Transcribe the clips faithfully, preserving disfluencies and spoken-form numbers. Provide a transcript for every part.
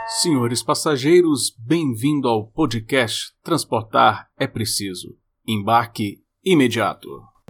Senhores passageiros, bem-vindo ao podcast Transportar é Preciso. Embarque imediato.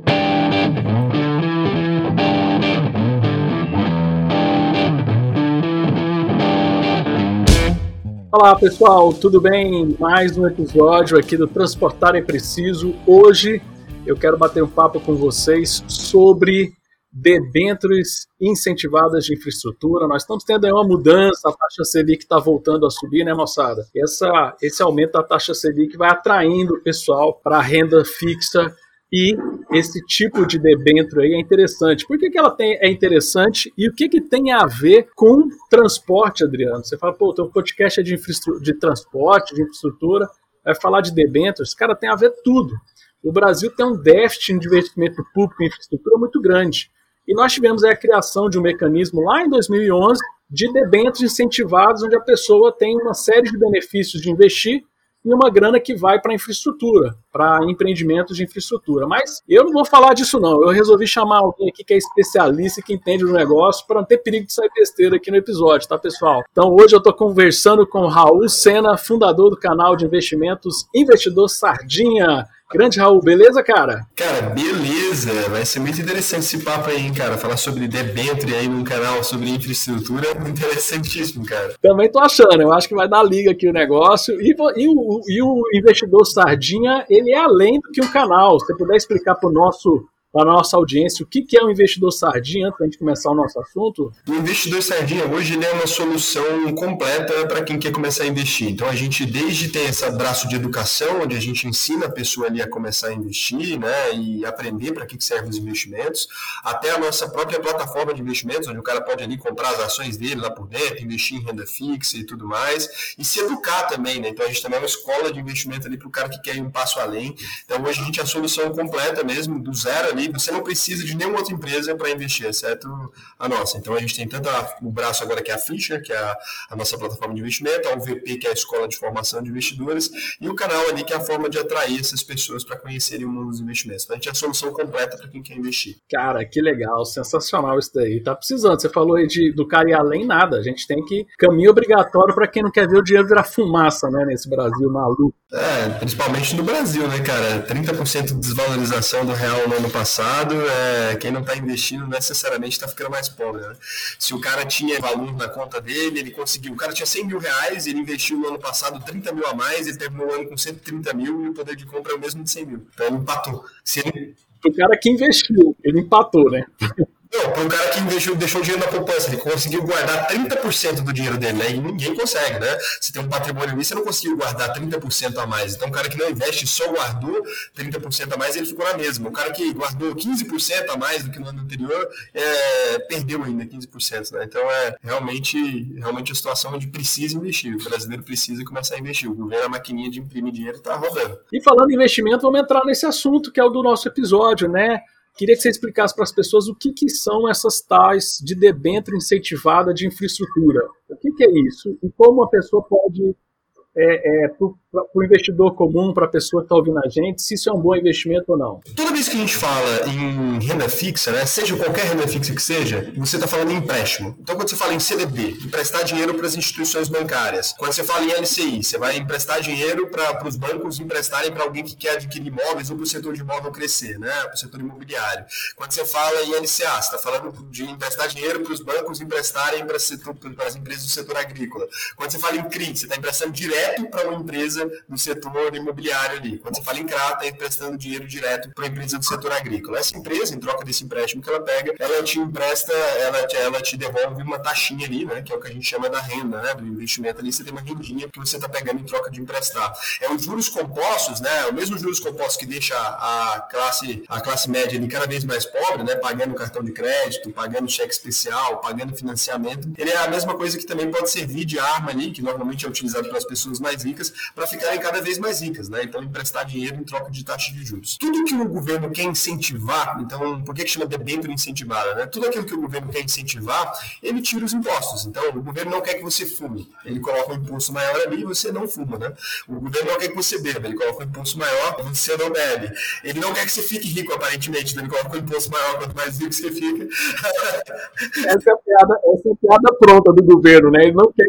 Olá pessoal, tudo bem? Mais um episódio aqui do Transportar é Preciso. Hoje eu quero bater um papo com vocês sobre debêntures incentivadas de infraestrutura. Nós estamos tendo aí uma mudança, a taxa Selic está voltando a subir, né, moçada? Essa, esse aumento da taxa Selic vai atraindo o pessoal para a renda fixa e esse tipo de debênture aí é interessante. Por que que ela tem, é interessante e o que que tem a ver com transporte, Adriano? Você fala, pô, o teu podcast é de, de transporte, de infraestrutura, vai falar de debêntures, cara, tem a ver tudo. O Brasil tem um déficit de investimento público em infraestrutura muito grande. E nós tivemos a criação de um mecanismo lá em dois mil e onze de debêntures incentivados, onde a pessoa tem uma série de benefícios de investir e uma grana que vai para infraestrutura, para empreendimentos de infraestrutura. Mas eu não vou falar disso não, eu resolvi chamar alguém aqui que é especialista e que entende do negócio para não ter perigo de sair besteira aqui no episódio, tá pessoal? Então hoje eu estou conversando com o Raul Sena, fundador do canal de investimentos Investidor Sardinha. Grande Raul, beleza, cara? Cara, beleza. Vai ser muito interessante esse papo aí, hein, cara. Falar sobre debênture aí num canal sobre infraestrutura é interessantíssimo, cara. Também tô achando. Eu acho que vai dar liga aqui o negócio. E, e, o, e o Investidor Sardinha, ele é além do que um canal. Se você puder explicar para o nosso... para a nossa audiência, o que é um investidor sardinha, antes da gente começar o nosso assunto? O investidor sardinha hoje ele é uma solução completa para quem quer começar a investir. Então a gente desde tem esse braço de educação, onde a gente ensina a pessoa ali a começar a investir, né, e aprender para que servem os investimentos, até a nossa própria plataforma de investimentos, onde o cara pode ali comprar as ações dele lá por dentro, investir em renda fixa e tudo mais, e se educar também, né? Então a gente também é uma escola de investimento ali para o cara que quer ir um passo além. Então hoje a gente é a solução completa mesmo, do zero ali. Você não precisa de nenhuma outra empresa para investir, exceto a nossa. Então, a gente tem tanto a, o braço agora que é a Fischer, que é a, a nossa plataforma de investimento, a U V P, que é a Escola de Formação de Investidores, e o canal ali, que é a forma de atrair essas pessoas para conhecerem o mundo dos investimentos. Então, a gente é a solução completa para quem quer investir. Cara, que legal, sensacional isso daí. Tá precisando. Você falou aí de, do cara ir além, nada. A gente tem que caminho obrigatório para quem não quer ver o dinheiro virar fumaça, né, nesse Brasil maluco. É, principalmente no Brasil, né, cara? trinta por cento de desvalorização do real no ano passado. É, quem não está investindo necessariamente está ficando mais pobre, né? Se o cara tinha valor na conta dele, ele conseguiu. O cara tinha cem mil reais, ele investiu no ano passado trinta mil a mais, ele terminou o ano com cento e trinta mil e o poder de compra é o mesmo de cem mil. Então ele empatou. Se ele... O cara que investiu, ele empatou, né? Não, para um cara que investiu, deixou o dinheiro na poupança, ele conseguiu guardar trinta por cento do dinheiro dele, né? E ninguém consegue, né? Você tem um patrimônio ali, você não conseguiu guardar trinta por cento a mais. Então, o cara que não investe só guardou trinta por cento a mais, ele ficou na mesma. O cara que guardou quinze por cento a mais do que no ano anterior, é, perdeu ainda quinze por cento, né? Então, é realmente, realmente a situação onde precisa investir. O brasileiro precisa começar a investir. O governo, a maquininha de imprimir dinheiro, está rodando. E falando em investimento, vamos entrar nesse assunto que é o do nosso episódio, né? Queria que você explicasse para as pessoas o que, que são essas tais de debênture incentivada de infraestrutura. O que, que é isso? E como a pessoa pode, é, é, para o investidor comum, para a pessoa que está ouvindo a gente, se isso é um bom investimento ou não? Toda vez que a gente fala em renda fixa, né, seja qualquer renda fixa que seja, você está falando em empréstimo. Então, quando você fala em C D B, emprestar dinheiro para as instituições bancárias. Quando você fala em L C I, você vai emprestar dinheiro para os bancos emprestarem para alguém que quer adquirir imóveis ou para o setor de imóvel crescer, né, para o setor imobiliário. Quando você fala em L C A, você está falando de emprestar dinheiro para os bancos emprestarem para, setor, para as empresas do setor agrícola. Quando você fala em C R I, você está emprestando direto para uma empresa do setor imobiliário ali. Quando você fala em C R A, está emprestando dinheiro direto para a empresa do setor agrícola. Essa empresa, em troca desse empréstimo que ela pega, ela te empresta, ela te, ela te devolve uma taxinha ali, né, que é o que a gente chama da renda, né, do investimento ali, você tem uma rendinha que você está pegando em troca de emprestar. É os juros compostos, né, o mesmo juros compostos que deixa a classe, a classe média ali cada vez mais pobre, né, pagando cartão de crédito, pagando cheque especial, pagando financiamento, ele é a mesma coisa que também pode servir de arma ali, que normalmente é utilizado pelas pessoas mais ricas, para ficarem cada vez mais ricas, né? Então, emprestar dinheiro em troca de taxa de juros. Tudo que o governo quer incentivar, então, por que que chama debênture incentivada, né? Tudo aquilo que o governo quer incentivar, ele tira os impostos. Então, o governo não quer que você fume, ele coloca um imposto maior ali e você não fuma, né? O governo não quer que você beba, ele coloca um imposto maior e você não bebe. Ele não quer que você fique rico, aparentemente, então ele coloca um imposto maior, quanto mais rico você fica. Essa é a piada, essa é a piada pronta do governo, né? Ele não quer que você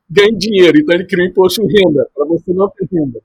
ganhe dinheiro. Então ele cria um imposto de renda, para você não ter renda.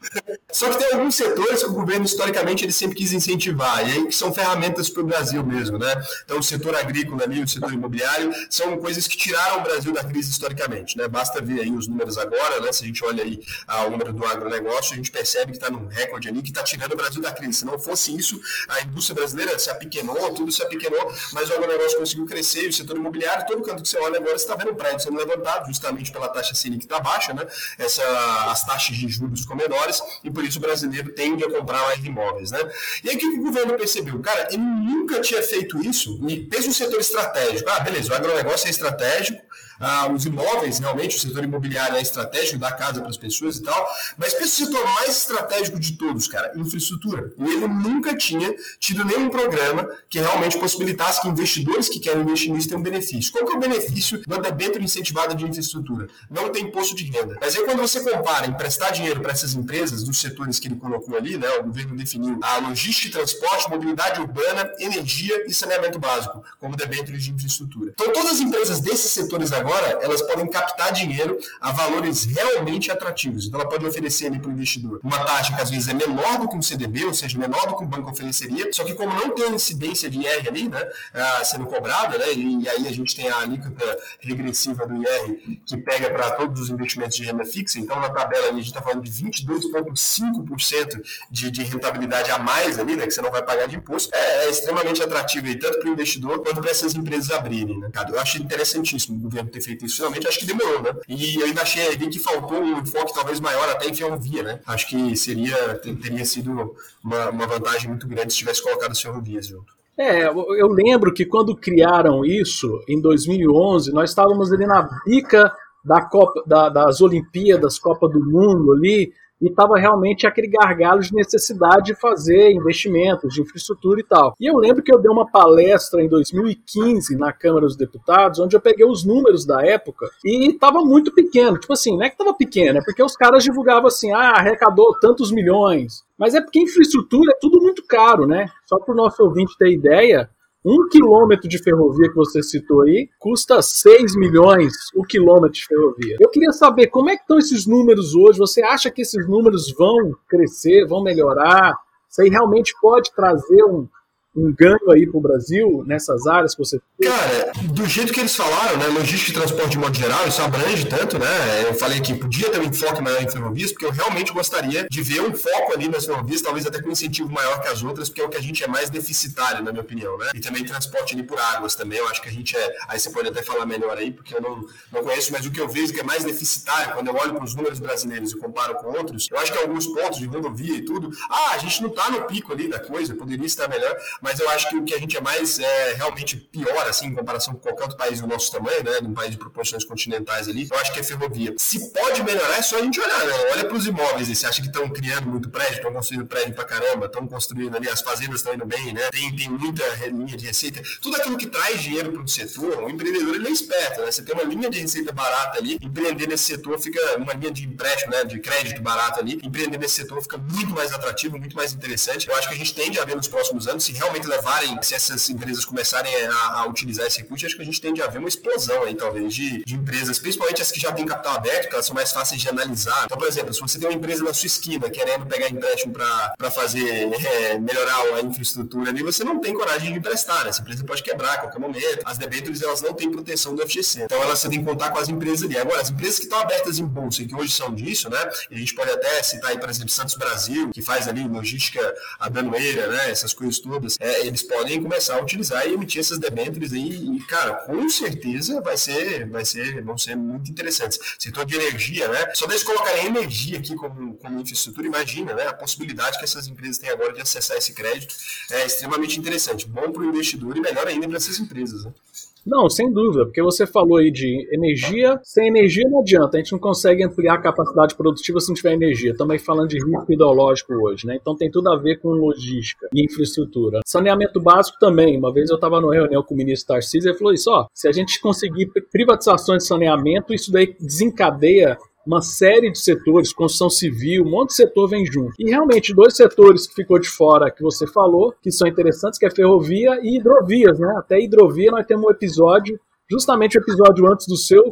Só que tem alguns setores que o governo, historicamente, ele sempre quis incentivar, e aí que são ferramentas para o Brasil mesmo, né? Então, o setor agrícola ali, o setor imobiliário, são coisas que tiraram o Brasil da crise historicamente, né? Basta ver aí os números agora, né? Se a gente olha aí ah, o número do agronegócio, a gente percebe que está num recorde ali, que está tirando o Brasil da crise. Se não fosse isso, a indústria brasileira se apequenou, tudo se apequenou, mas o agronegócio conseguiu crescer, e o setor imobiliário, todo canto que você olha agora, você está vendo um prédio sendo levantado, justamente pela taxa Selic que está baixa, né? Essa, as taxas de juros ficam menores, e por isso o brasileiro tende a comprar mais imóveis, né? E aí o que o governo percebeu? Cara, ele nunca tinha feito isso, e fez um setor estratégico. Ah, beleza, o agronegócio é estratégico, ah, os imóveis, realmente, o setor imobiliário é estratégico, dá casa para as pessoas e tal, mas pensa o setor mais estratégico de todos, cara, infraestrutura. E ele nunca tinha tido nenhum programa que realmente possibilitasse que investidores que querem investir nisso tenham benefício. Qual que é o benefício da debênture incentivada de infraestrutura? Não tem imposto de renda. Mas aí quando você compara emprestar dinheiro para essas empresas, dos setores que ele colocou ali, né, o governo definiu a logística e transporte, mobilidade urbana, energia e saneamento básico, como debêntures de infraestrutura. Então todas as empresas desses setores agora, elas podem captar dinheiro a valores realmente atrativos. Então ela pode oferecer ali para o investidor uma taxa que às vezes é menor do que um C D B, ou seja, menor do que um banco ofereceria, só que como não tem incidência de I R ali, né, sendo cobrada, né, e aí a gente tem a alíquota regressiva do I R que pega para todos os investimentos de renda fixa, então na tabela ali a gente está falando de vinte e dois vírgula cinco por cento de, de rentabilidade a mais ali, né, que você não vai pagar de imposto, é, é extremamente atrativo aí, tanto para o investidor quanto para essas empresas abrirem, né, cara? Eu acho interessantíssimo o governo ter feito isso, finalmente acho que demorou, né, e eu ainda achei vi que faltou um enfoque talvez maior até em ferrovia, né, acho que seria, teria sido uma, uma vantagem muito grande se tivesse colocado as ferrovias junto. É, eu lembro que quando criaram isso, em dois mil e onze, nós estávamos ali na bica da Copa, da, das Olimpíadas, Copa do Mundo ali, e estava realmente aquele gargalo de necessidade de fazer investimentos de infraestrutura e tal. E eu lembro que eu dei uma palestra em dois mil e quinze na Câmara dos Deputados, onde eu peguei os números da época e estava muito pequeno. Tipo assim, não é que estava pequeno, é porque os caras divulgavam assim, ah, arrecadou tantos milhões. Mas é porque infraestrutura é tudo muito caro, né? Só para o nosso ouvinte ter ideia, um quilômetro de ferrovia que você citou aí custa seis milhões o quilômetro de ferrovia. Eu queria saber como é que estão esses números hoje. Você acha que esses números vão crescer, vão melhorar? Isso aí realmente pode trazer um, um ganho aí para o Brasil nessas áreas que você... Cara, do jeito que eles falaram, né, logística e transporte de modo geral, isso abrange tanto, né, eu falei que podia ter um enfoque maior em ferrovias, porque eu realmente gostaria de ver um foco ali nas ferrovias, talvez até com um incentivo maior que as outras, porque é o que a gente é mais deficitário, na minha opinião, né, e também transporte ali por águas também, eu acho que a gente é, aí você pode até falar melhor aí, porque eu não, não conheço, mas o que eu vejo que é mais deficitário, quando eu olho para os números brasileiros e comparo com outros, eu acho que alguns pontos de rodovia e tudo, ah, a gente não tá no pico ali da coisa, poderia estar melhor, mas eu acho que o que a gente é mais é, realmente pior, assim, em comparação com qualquer outro país do nosso tamanho, né, num país de proporções continentais ali, eu acho que é ferrovia. Se pode melhorar, é só a gente olhar, né? Olha para os imóveis e você acha que estão criando muito prédio, estão construindo prédio pra caramba, estão construindo ali, as fazendas estão indo bem, né? Tem, tem muita linha de receita. Tudo aquilo que traz dinheiro para o setor, o empreendedor ele é esperto, né? Você tem uma linha de receita barata ali, empreender nesse setor fica, uma linha de empréstimo, né, de crédito barato ali, empreender nesse setor fica muito mais atrativo, muito mais interessante. Eu acho que a gente tende a ver nos próximos anos, se realmente levarem, se essas empresas começarem a, a utilizar esse recurso, acho que a gente tende a ver uma explosão aí, talvez, de, de empresas, principalmente as que já têm capital aberto, que elas são mais fáceis de analisar. Então, por exemplo, se você tem uma empresa na sua esquina querendo pegar empréstimo para fazer, é, melhorar a infraestrutura ali, você não tem coragem de emprestar, né? Essa empresa pode quebrar a qualquer momento. As debêntures, elas não têm proteção do F G C. Então, elas você tem que contar com as empresas ali. Agora, as empresas que estão abertas em bolsa e que hoje são disso, né? E a gente pode até citar aí, por exemplo, Santos Brasil, que faz ali logística aduaneira, né? Essas coisas todas. É, eles podem começar a utilizar e emitir essas debêntures aí e, cara, com certeza vai ser, vai ser, vão ser muito interessantes. Setor de energia, né? Só deles colocarem energia aqui como, como infraestrutura, imagina, né? A possibilidade que essas empresas têm agora de acessar esse crédito é extremamente interessante. Bom para o investidor e melhor ainda para essas empresas, né? Não, sem dúvida, porque você falou aí de energia, sem energia não adianta, a gente não consegue ampliar a capacidade produtiva se não tiver energia. Estamos aí falando de risco ideológico hoje, né? Então tem tudo a ver com logística e infraestrutura. Saneamento básico também, uma vez eu estava numa reunião com o ministro Tarcísio e ele falou isso, ó, se a gente conseguir privatizações de saneamento, isso daí desencadeia uma série de setores, construção civil, um monte de setor vem junto. E realmente, dois setores que ficou de fora, que você falou, que são interessantes, que é ferrovia e hidrovias, né? Até hidrovia nós temos um episódio, justamente o episódio antes do seu,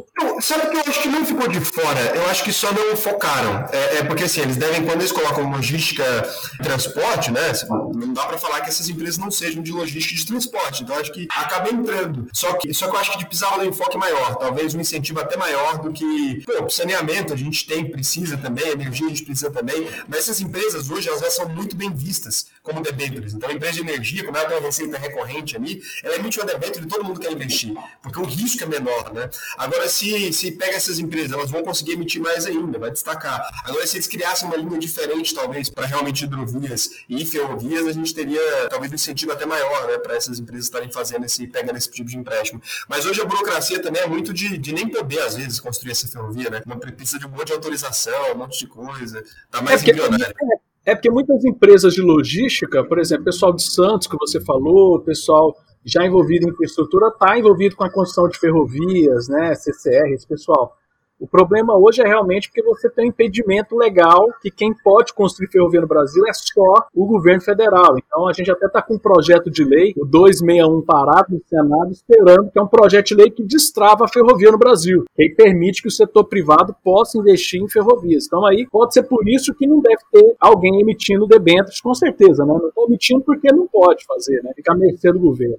Sabe que eu acho que não ficou de fora? Eu acho que só não focaram. É, é porque assim, eles devem, quando eles colocam logística e transporte, né? Não dá para falar que essas empresas não sejam de logística e de transporte. Então acho que acaba entrando. Só que, só que eu acho que precisava de um enfoque maior, talvez um incentivo até maior do que, pô, saneamento a gente tem, precisa também, energia a gente precisa também, mas essas empresas hoje elas já são muito bem vistas como debêntures. Então a empresa de energia, como ela tem uma receita recorrente ali, ela emite uma debênture e todo mundo quer investir, porque o risco é menor, né? Agora, se, se pega essas empresas, elas vão conseguir emitir mais ainda, vai destacar. Agora, se eles criassem uma linha diferente, talvez, para realmente hidrovias e ferrovias, a gente teria talvez um incentivo até maior, né, para essas empresas estarem fazendo esse, pegando esse tipo de empréstimo. Mas hoje a burocracia também é muito de, de nem poder, às vezes, construir essa ferrovia, né? Não precisa de um monte de autorização, um monte de coisa, tá mais é porque, embrionário. É, é porque muitas empresas de logística, por exemplo, pessoal de Santos, que você falou, pessoal já envolvido em infraestrutura, está envolvido com a construção de ferrovias, né, C C R, esse pessoal. O problema hoje é realmente porque você tem um impedimento legal que quem pode construir ferrovia no Brasil é só o governo federal. Então a gente até está com um projeto de lei, o duzentos e sessenta e um parado no Senado, esperando, que é um projeto de lei que destrava a ferrovia no Brasil, que permite que o setor privado possa investir em ferrovias. Então aí pode ser por isso que não deve ter alguém emitindo debêntures, com certeza, né? Não está emitindo porque não pode fazer, né? Fica à mercê do governo.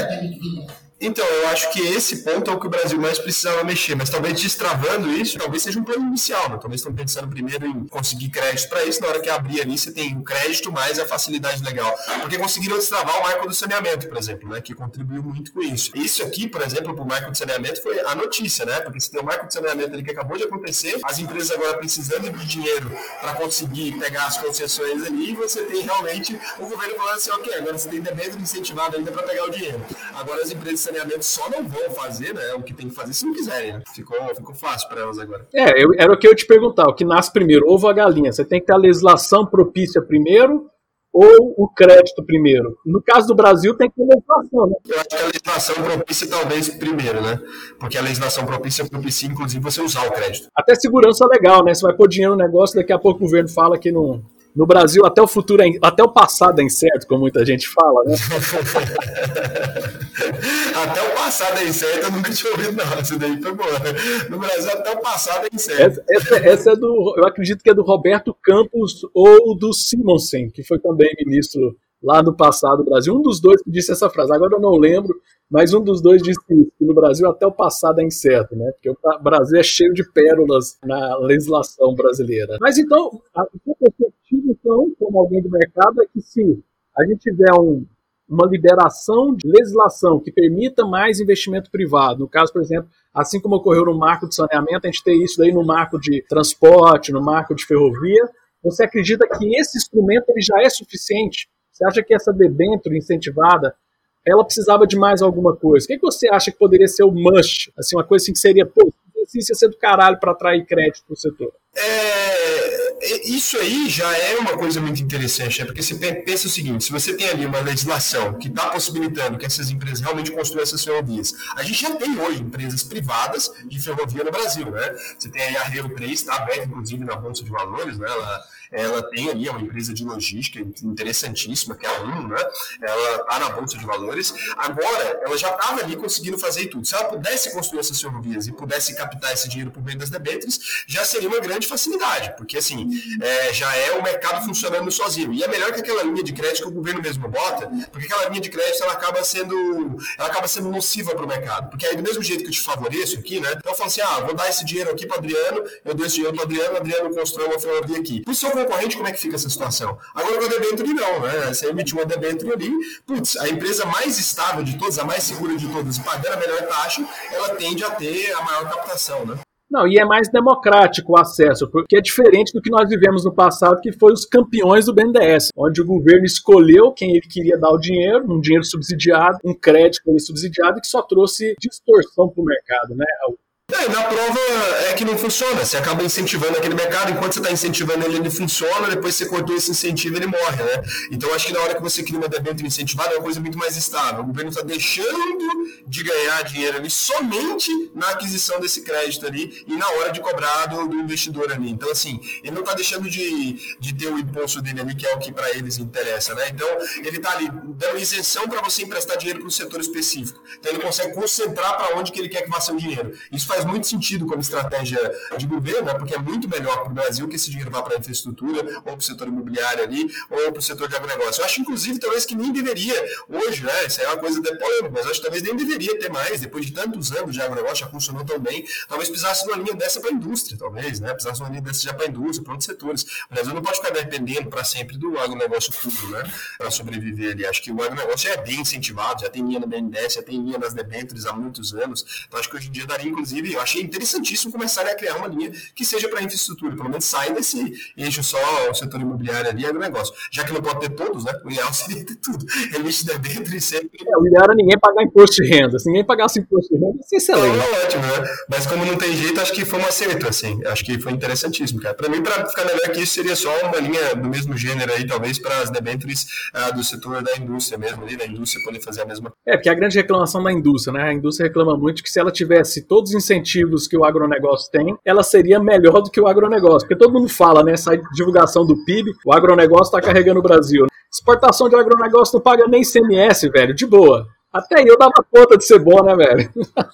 É. Então, eu acho que esse ponto é o que o Brasil mais precisava mexer, mas talvez destravando isso, talvez seja um plano inicial, né? Talvez estão pensando primeiro em conseguir crédito para isso, na hora que abrir ali você tem o crédito mais a facilidade legal, porque conseguiram destravar o marco do saneamento, por exemplo, né? Que contribuiu muito com isso. Isso aqui, por exemplo, para o marco do saneamento foi a notícia, né? Porque se tem o marco do saneamento ali que acabou de acontecer, as empresas agora precisando de dinheiro para conseguir pegar as concessões ali, e você tem realmente o governo falando assim, ok, agora você tem debênture incentivado ainda para pegar o dinheiro. Agora as empresas saneamento só não vão fazer, né, o que tem que fazer se não quiserem, né? Ficou, ficou fácil para elas agora. É, eu, era o que eu ia te perguntar, o que nasce primeiro, ovo ou a galinha? Você tem que ter a legislação propícia primeiro ou o crédito primeiro? No caso do Brasil tem que ter legislação, né? Eu acho que a legislação propícia talvez primeiro, né? Porque a legislação propícia propicia, inclusive, você usar o crédito. Até segurança legal, né? Você vai pôr dinheiro no negócio, daqui a pouco o governo fala que não... No Brasil, até o futuro, é, até o passado é incerto, como muita gente fala, né? Até o passado é incerto, eu nunca tinha ouvido, não. Isso daí foi boa. No Brasil, até o passado é incerto. Essa, essa, essa é do, eu acredito que é do Roberto Campos ou do Simonsen, que foi também ministro lá no passado do Brasil. Um dos dois que disse essa frase, agora eu não lembro, mas um dos dois disse que no Brasil até o passado é incerto, né? Porque o Brasil é cheio de pérolas na legislação brasileira. Mas então, a sua perspectiva, então, como alguém do mercado, é que se a gente tiver um, uma liberação de legislação que permita mais investimento privado, no caso, por exemplo, assim como ocorreu no marco de saneamento, a gente tem isso daí no marco de transporte, no marco de ferrovia, você acredita que esse instrumento ele já é suficiente? Você acha que essa debênture incentivada ela precisava de mais alguma coisa? O que, que você acha que poderia ser o must? Assim, uma coisa assim que seria, pô, isso ia ser do caralho para atrair crédito para o setor. É, isso aí já é uma coisa muito interessante, né? Porque você pensa o seguinte, se você tem ali uma legislação que está possibilitando que essas empresas realmente construam essas ferrovias, a gente já tem hoje empresas privadas de ferrovia no Brasil, né? Você tem aí a Rio três, está aberta inclusive na Bolsa de Valores, né? Ela, ela tem ali uma empresa de logística interessantíssima, que é a Uno, né? Ela está na Bolsa de Valores. Agora, ela já estava ali conseguindo fazer tudo. Se ela pudesse construir essas ferrovias e pudesse captar esse dinheiro por meio das debêntures, já seria uma grande facilidade, porque assim, é, já é o mercado funcionando sozinho. E é melhor que aquela linha de crédito que o governo mesmo bota, porque aquela linha de crédito ela acaba sendo, ela acaba sendo nociva para o mercado. Porque aí, do mesmo jeito que eu te favoreço aqui, né? Então eu falo assim, ah, vou dar esse dinheiro aqui para Adriano, eu dou esse dinheiro para Adriano, Adriano constrói uma ferrovia aqui. Por seu concorrente, como é que fica essa situação? Agora com a debênture não, né? Você emitiu uma debênture ali, putz, a empresa mais estável de todas, a mais segura de todas, pagando a melhor taxa, ela tende a ter a maior captação, né? Não, e é mais democrático o acesso, porque é diferente do que nós vivemos no passado, que foi os campeões do B N D E S, onde o governo escolheu quem ele queria dar o dinheiro, um dinheiro subsidiado, um crédito subsidiado, que só trouxe distorção para o mercado, né? É, na prova é que não funciona, você acaba incentivando aquele mercado, enquanto você está incentivando ele, ele funciona, depois você cortou esse incentivo, ele morre, né? Então acho que na hora que você cria uma debênture incentivada é uma coisa muito mais estável, o governo está deixando de ganhar dinheiro ali somente na aquisição desse crédito ali e na hora de cobrar do, do investidor ali, então assim, ele não está deixando de, de ter o impulso dele ali, que é o que para eles interessa, né? Então ele está ali dando isenção para você emprestar dinheiro para um setor específico, então ele consegue concentrar para onde que ele quer que vá seu dinheiro, isso faz faz muito sentido como estratégia de governo, né, porque é muito melhor para o Brasil que esse dinheiro vá para a infraestrutura, ou para o setor imobiliário ali, ou para o setor de agronegócio. Eu acho, inclusive, talvez que nem deveria, hoje, né, isso aí é uma coisa até polêmica, mas acho que talvez nem deveria ter mais, depois de tantos anos de agronegócio, já funcionou tão bem, talvez precisasse de uma linha dessa para a indústria, talvez, né, precisasse de uma linha dessa já para a indústria, para outros setores. O Brasil não pode ficar dependendo para sempre do agronegócio puro, né, para sobreviver ali. Acho que o agronegócio já é bem incentivado, já tem linha no B N D E S, já tem linha nas debêntures há muitos anos, então acho que hoje em dia daria, inclusive, eu achei interessantíssimo começarem a criar uma linha que seja para infraestrutura, pelo menos sair desse eixo só o setor imobiliário ali e agronegócio. Já que não pode ter todos, né? O ideal seria ter tudo. Emite dentro e sempre. É, o ideal era ninguém pagar imposto de renda. Se ninguém pagasse imposto de renda, ia ser excelente. Então, é ótimo, né? Mas como não tem jeito, acho que foi um acerto, assim. Acho que foi interessantíssimo, cara. Para mim, para ficar melhor que isso, seria só uma linha do mesmo gênero aí, talvez, para as debêntures ah, do setor da indústria mesmo, ali, da indústria poder fazer a mesma coisa. É, porque a grande reclamação da indústria, né? A indústria reclama muito que se ela tivesse todos os incentivos que o agronegócio tem, ela seria melhor do que o agronegócio. Porque todo mundo fala, né? Essa divulgação do P I B, o agronegócio está carregando o Brasil. Exportação de agronegócio não paga nem I C M S, velho, de boa. Até eu dava conta de ser bom, né, velho?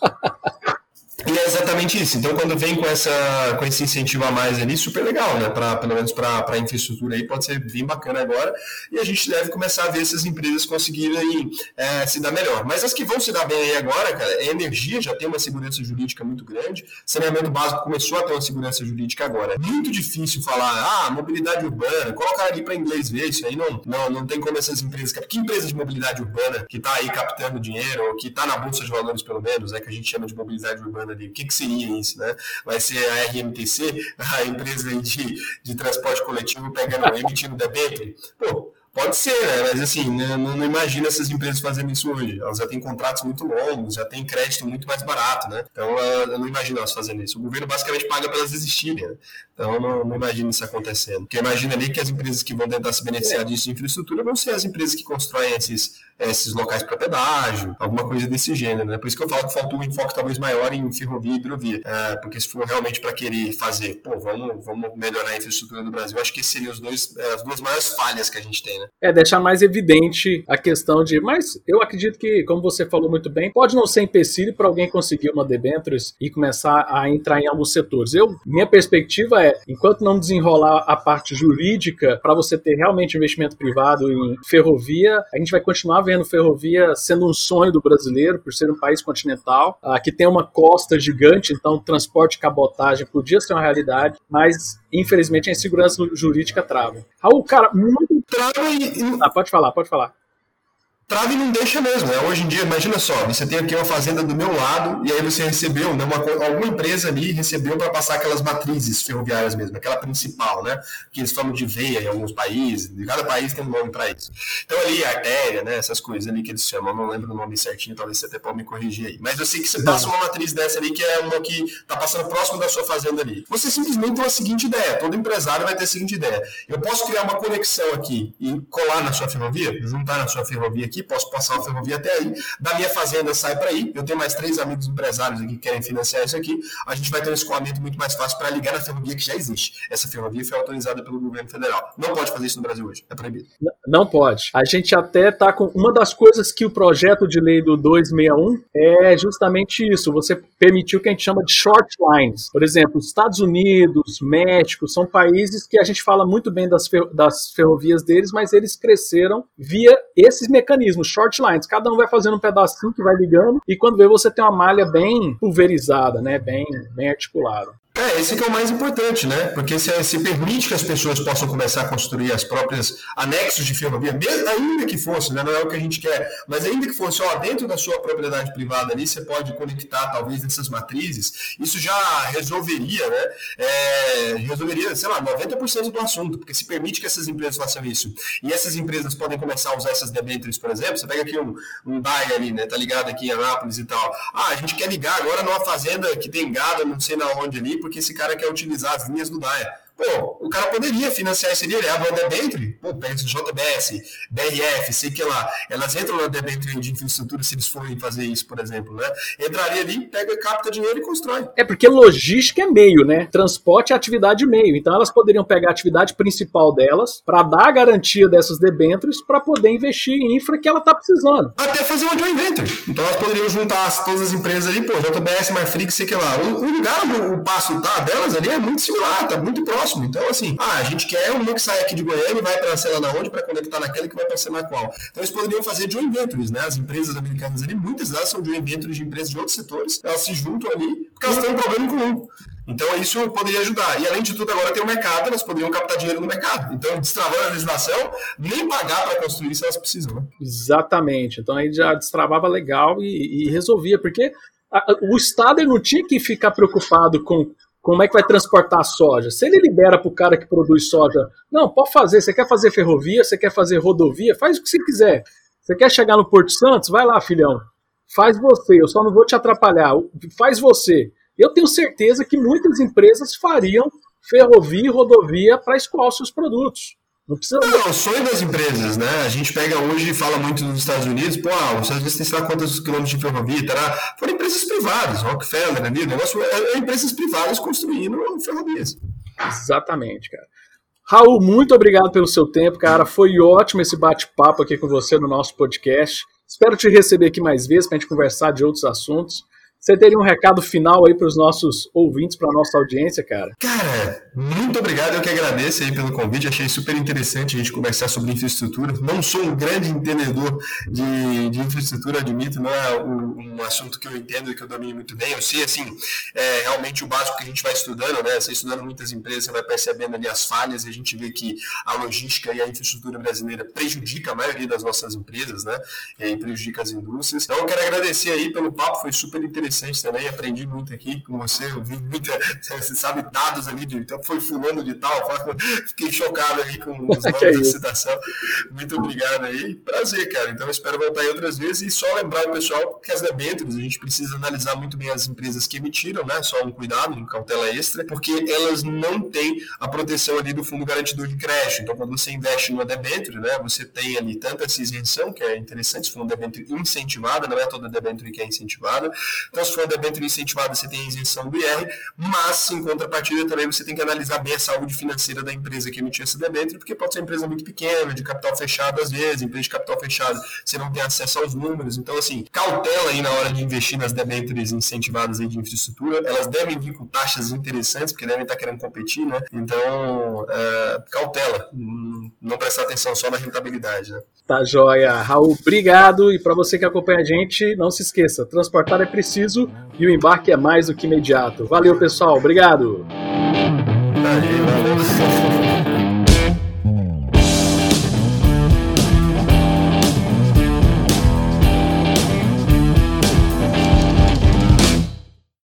E é exatamente isso. Então, quando vem com, essa, com esse incentivo a mais ali, super legal, né? Pra, pelo menos para a infraestrutura aí, pode ser bem bacana agora. E a gente deve começar a ver essas empresas conseguirem é, se dar melhor. Mas as que vão se dar bem aí agora, cara, é energia, já tem uma segurança jurídica muito grande. Saneamento básico começou a ter uma segurança jurídica agora. É muito difícil falar, ah, mobilidade urbana, colocar ali para inglês ver, isso aí não, não, não tem como essas empresas. Que empresa de mobilidade urbana que está aí captando dinheiro, ou que está na Bolsa de Valores, pelo menos, é que a gente chama de mobilidade urbana. O que, que seria isso, né? Vai ser a R M T C, a empresa de, de transporte coletivo, pegando, emitindo debênture? Pô, pode ser, né? Mas assim, não, não imagino essas empresas fazendo isso hoje. Elas já têm contratos muito longos, já têm crédito muito mais barato, né? Então, eu não imagino elas fazendo isso. O governo basicamente paga para elas existirem, né? Então, eu não, não imagino isso acontecendo. Porque imagina ali que as empresas que vão tentar se beneficiar disso de infraestrutura vão ser as empresas que constroem esses, esses locais para pedágio, alguma coisa desse gênero, né? Por isso que eu falo que faltou um enfoque talvez maior em ferrovia e hidrovia. É, porque se for realmente para querer fazer, pô, vamos, vamos melhorar a infraestrutura do Brasil, acho que esses seriam os dois, as duas maiores falhas que a gente tem, né? É, deixar mais evidente a questão de... Mas eu acredito que, como você falou muito bem, pode não ser empecilho para alguém conseguir uma debêntures e começar a entrar em alguns setores. Eu, minha perspectiva é, enquanto não desenrolar a parte jurídica para você ter realmente investimento privado em ferrovia, a gente vai continuar vendo ferrovia sendo um sonho do brasileiro, por ser um país continental, uh, que tem uma costa gigante, então transporte e cabotagem podia ser uma realidade, mas infelizmente a insegurança jurídica trava. Raul, cara, muito... Trava e... Ah, pode falar, pode falar. Trava e não deixa mesmo, né? Hoje em dia, imagina só, você tem aqui uma fazenda do meu lado e aí você recebeu, né, uma, alguma empresa ali recebeu para passar aquelas matrizes ferroviárias mesmo, aquela principal, né? Que eles chamam de veia em alguns países, de cada país tem um nome para isso. Então ali, artéria, né? Essas coisas ali que eles chamam, não lembro o nome certinho, talvez você até pode me corrigir aí. Mas eu sei que você passa uma matriz dessa ali, que é uma que está passando próximo da sua fazenda ali. Você simplesmente tem a seguinte ideia, todo empresário vai ter a seguinte ideia, eu posso criar uma conexão aqui e colar na sua ferrovia, juntar na sua ferrovia aqui, posso passar a ferrovia até aí, da minha fazenda sai para aí, eu tenho mais três amigos empresários aqui que querem financiar isso aqui, a gente vai ter um escoamento muito mais fácil para ligar na ferrovia que já existe. Essa ferrovia foi autorizada pelo governo federal. Não pode fazer isso no Brasil hoje, é proibido. Não pode. A gente até está com... Uma das coisas que o projeto de lei do duzentos e sessenta e um é justamente isso, você permitiu o que a gente chama de short lines. Por exemplo, Estados Unidos, México, são países que a gente fala muito bem das, fer... das ferrovias deles, mas eles cresceram via esses mecanismos, short lines, cada um vai fazendo um pedacinho que vai ligando, e quando vê você tem uma malha bem pulverizada, né, bem, bem articulada. É, esse que é o mais importante, né? Porque se, se permite que as pessoas possam começar a construir as próprias anexos de ferrovia, mesmo, ainda que fosse, né? Não é o que a gente quer, mas ainda que fosse, ó, dentro da sua propriedade privada ali, você pode conectar talvez essas matrizes, isso já resolveria, né? É, resolveria, sei lá, noventa por cento do assunto, porque se permite que essas empresas façam isso, e essas empresas podem começar a usar essas debêntures, por exemplo, você pega aqui um, um D A I ali, né? Tá ligado aqui em Anápolis e tal. Ah, a gente quer ligar agora numa fazenda que tem gado, não sei na onde ali, porque esse cara quer utilizar as linhas do D A I A. Pô, o cara poderia financiar isso ali, ele abre uma debênture, pô, pega J B S, B R F, sei que lá, elas entram na debênture de infraestrutura se eles forem fazer isso, por exemplo, né? Entraria ali, pega, capta dinheiro e constrói. É porque logística é meio, né? Transporte é atividade meio. Então elas poderiam pegar a atividade principal delas para dar a garantia dessas debêntures para poder investir em infra que ela está precisando. Até fazer uma joint venture. Então elas poderiam juntar todas as empresas ali, pô, J B S, Marfrig, sei que lá. O, o lugar onde o passo tá delas ali é muito similar, tá muito próximo. Então, assim, ah, a gente quer um que sai aqui de Goiânia e vai para sei lá na onde para conectar naquela que vai para sei lá qual. Então, eles poderiam fazer joint ventures, né? As empresas americanas ali, muitas delas são joint ventures de empresas de outros setores, elas se juntam ali porque elas têm um problema em comum. Então, isso poderia ajudar. E, além de tudo, agora tem o mercado, elas poderiam captar dinheiro no mercado. Então, destravando a legislação, nem pagar para construir se elas precisam, né? Exatamente. Então, aí já destravava legal e, e resolvia, porque a, o Estado não tinha que ficar preocupado com como é que vai transportar a soja. Se ele libera para o cara que produz soja, não, pode fazer, você quer fazer ferrovia, você quer fazer rodovia, faz o que você quiser. Você quer chegar no Porto Santos? Vai lá, filhão. Faz você, eu só não vou te atrapalhar. Faz você. Eu tenho certeza que muitas empresas fariam ferrovia e rodovia para escoar os seus produtos. Não precisa... Não, é o sonho das empresas, né? A gente pega hoje e fala muito nos Estados Unidos, pô, ah, os Estados Unidos tem sei lá quantos quilômetros de ferrovia, tará. Foram empresas privadas, Rockefeller ali, o negócio é, é empresas privadas construindo ferrovias. Exatamente, cara. Raul, muito obrigado pelo seu tempo, cara. Foi ótimo esse bate-papo aqui com você no nosso podcast. Espero te receber aqui mais vezes para a gente conversar de outros assuntos. Você teria um recado final aí para os nossos ouvintes, para a nossa audiência, cara? Cara, muito obrigado, eu que agradeço aí pelo convite, achei super interessante a gente conversar sobre infraestrutura. Não sou um grande entendedor de, de infraestrutura, admito, não é um, um assunto que eu entendo e que eu domino muito bem. Eu sei, assim, é realmente o básico que a gente vai estudando, né? Você estudando muitas empresas, você vai percebendo ali as falhas e a gente vê que a logística e a infraestrutura brasileira prejudica a maioria das nossas empresas, né? E aí prejudica as indústrias. Então eu quero agradecer aí pelo papo, foi super interessante também, aprendi muito aqui com você, eu vi muita, você sabe, dados ali, de, então foi fulano de tal, fiquei chocado aí com os nomes da citação. Muito obrigado aí, prazer, cara, então eu espero voltar aí outras vezes e só lembrar o pessoal que as debêntures, a gente precisa analisar muito bem as empresas que emitiram, né, só um cuidado, um cautela extra, porque elas não têm a proteção ali do fundo garantidor de crédito, então quando você investe numa debênture, né, você tem ali tanto essa isenção, que é interessante, se for uma debênture incentivada, não é toda debênture que é incentivada, então se for uma debênture incentivada, você tem a isenção do I R, mas, em contrapartida, também você tem que analisar bem a saúde financeira da empresa que emitiu essa debênture, porque pode ser uma empresa muito pequena, de capital fechado às vezes, empresa de capital fechado, você não tem acesso aos números, então, assim, cautela aí na hora de investir nas debêntures incentivadas aí de infraestrutura, elas devem vir com taxas interessantes, porque devem estar querendo competir, né? Então, é, cautela, não prestar atenção só na rentabilidade, né? Tá joia. Raul, obrigado. E para você que acompanha a gente, não se esqueça, transportar é preciso e o embarque é mais do que imediato. Valeu, pessoal. Obrigado. Valeu, valeu.